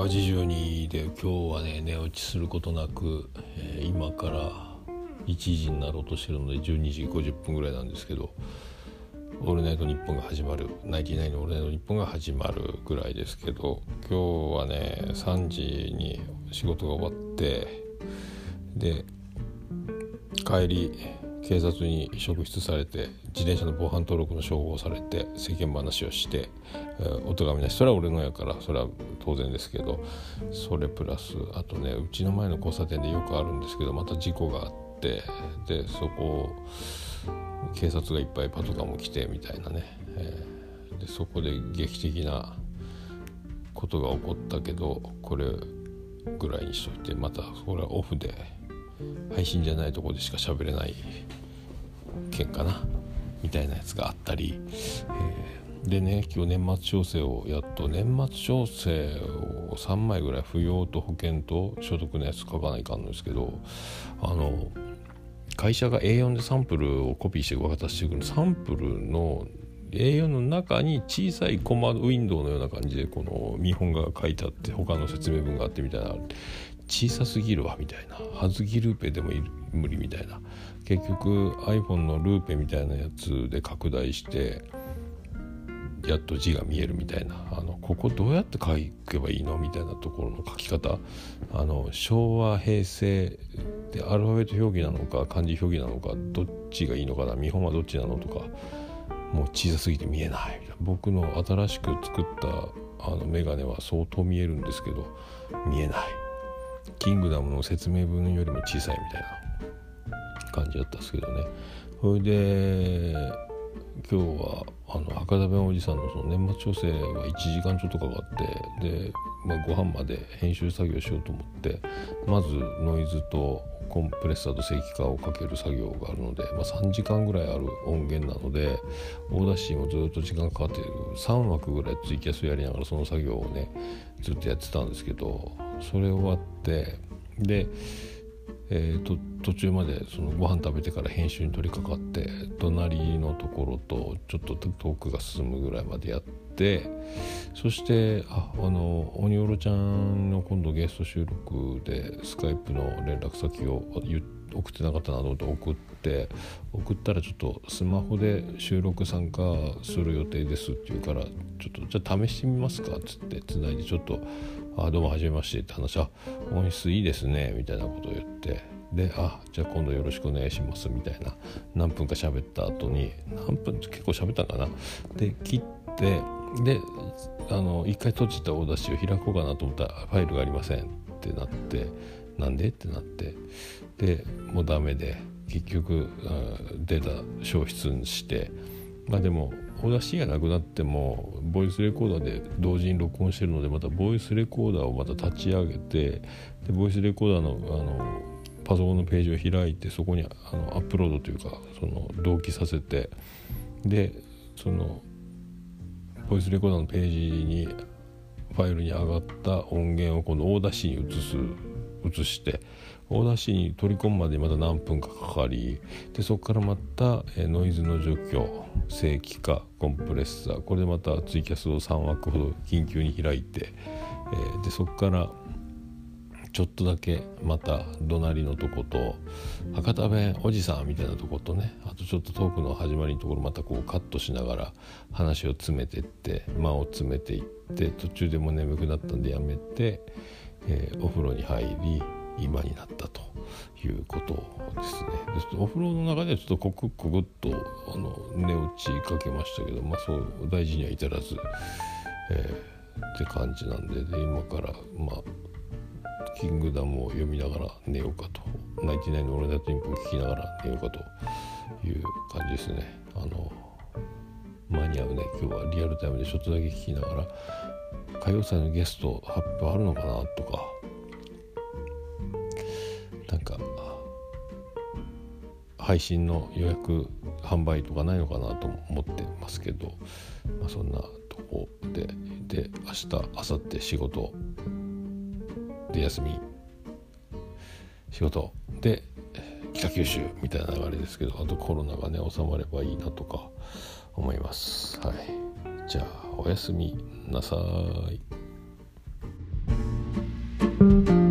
82で今日はね寝落ちすることなく、今から1時になろうとしてるので12時50分ぐらいなんですけど、オールナイトニッポンが始まる、ナインティナインのオールナイトニッポンが始まるぐらいですけど、今日はね3時に仕事が終わってで帰り警察に職質されて自転車の防犯登録の照合されて世間話をして、お手紙なし、それは俺のやからそれは当然ですけど、それプラスあとねうちの前の交差点でよくあるんですけどまた事故があって、でそこ警察がいっぱいパトカーも来てみたいなね、でそこで劇的なことが起こったけどこれぐらいにしといて、またこれはオフで配信じゃないところでしか喋れない件かなみたいなやつがあったり、でね今日年末調整をやっと年末調整を3枚ぐらい扶養と保険と所得のやつ書かないかんのですけど、会社が A4 でサンプルをコピーして渡してくるサンプルの A4 の中に小さいコマウィンドウのような感じでこの見本が書いてあって他の説明文があってみたいな、小さすぎるわみたいな、はずきルーペでも無理みたいな、結局 iPhone のルーペみたいなやつで拡大してやっと字が見えるみたいな、ここどうやって書けばいいのみたいなところの書き方、昭和平成でアルファベット表記なのか漢字表記なのかどっちがいいのかな、見本はどっちなのとか、もう小さすぎて見えないみたいな。僕の新しく作ったメガネは相当見えるんですけど見えない、キングダムの説明文よりも小さいみたいな感じだったんですけどね。それで今日は博多弁おじさんのその年末調整は1時間ちょっとかかってで、ご飯まで編集作業しようと思ってまずノイズとコンプレッサーと正規化をかける作業があるので、3時間ぐらいある音源なのでオーダーシーもずっと時間かかって3枠ぐらいツイキャスやりながらその作業をねずっとやってたんですけど、それ終わってで途中までそのご飯食べてから編集に取り掛かって隣のところとちょっとトークが進むぐらいまでやって、そして鬼おろちゃんの今度ゲスト収録でスカイプの連絡先を送ってなかったなと思って送ったらちょっとスマホで収録参加する予定ですって言うから、ちょっとじゃあ試してみますかっつってつないでちょっとどうもはじめましてって話、音質いいですねみたいなことを言って、でじゃあ今度よろしくお願いしますみたいな、何分か喋った後に結構喋ったんかな、で切ってで一回閉じたオーダーシーを開こうかなと思ったらファイルがありませんってなって、なんでってなって、でもうダメで結局データ消失して、でもオーダーシーがなくなってもボイスレコーダーで同時に録音してるのでまたボイスレコーダーをまた立ち上げて、でボイスレコーダーのパソコンのページを開いてそこにアップロードというかその同期させて、でそのボイスレコーダーのページにファイルに上がった音源を今度オーダーシーに移してオーダーシーに取り込むまでまた何分かかかり、でそこからまたノイズの除去、正規化、コンプレッサー、これでまたツイキャスを3枠ほど緊急に開いて、でそこからちょっとだけまた隣のとこと博多弁おじさんみたいなとことね、あとちょっとトークの始まりのところまたこうカットしながら話を詰めていって間を詰めていって、途中でも眠くなったんでやめて、お風呂に入り今になったということですね。でお風呂の中ではちょっとコクッと寝落ちかけましたけど、そう大事には至らず、って感じなんで、今からキングダムを読みながら寝ようかと、ナインティナインのオールナイトニッポンを聞きながら寝ようかという感じですね。間に合うね、今日はリアルタイムでちょっとだけ聞きながら歌謡祭のゲスト発表あるのかなとか、なんか配信の予約販売とかないのかなと思ってますけど、そんなとこで明日明後日仕事で休み、仕事で北九州みたいな流れですけど、あとコロナがね収まればいいなとか思います。はい、じゃあおやすみなさい。 した。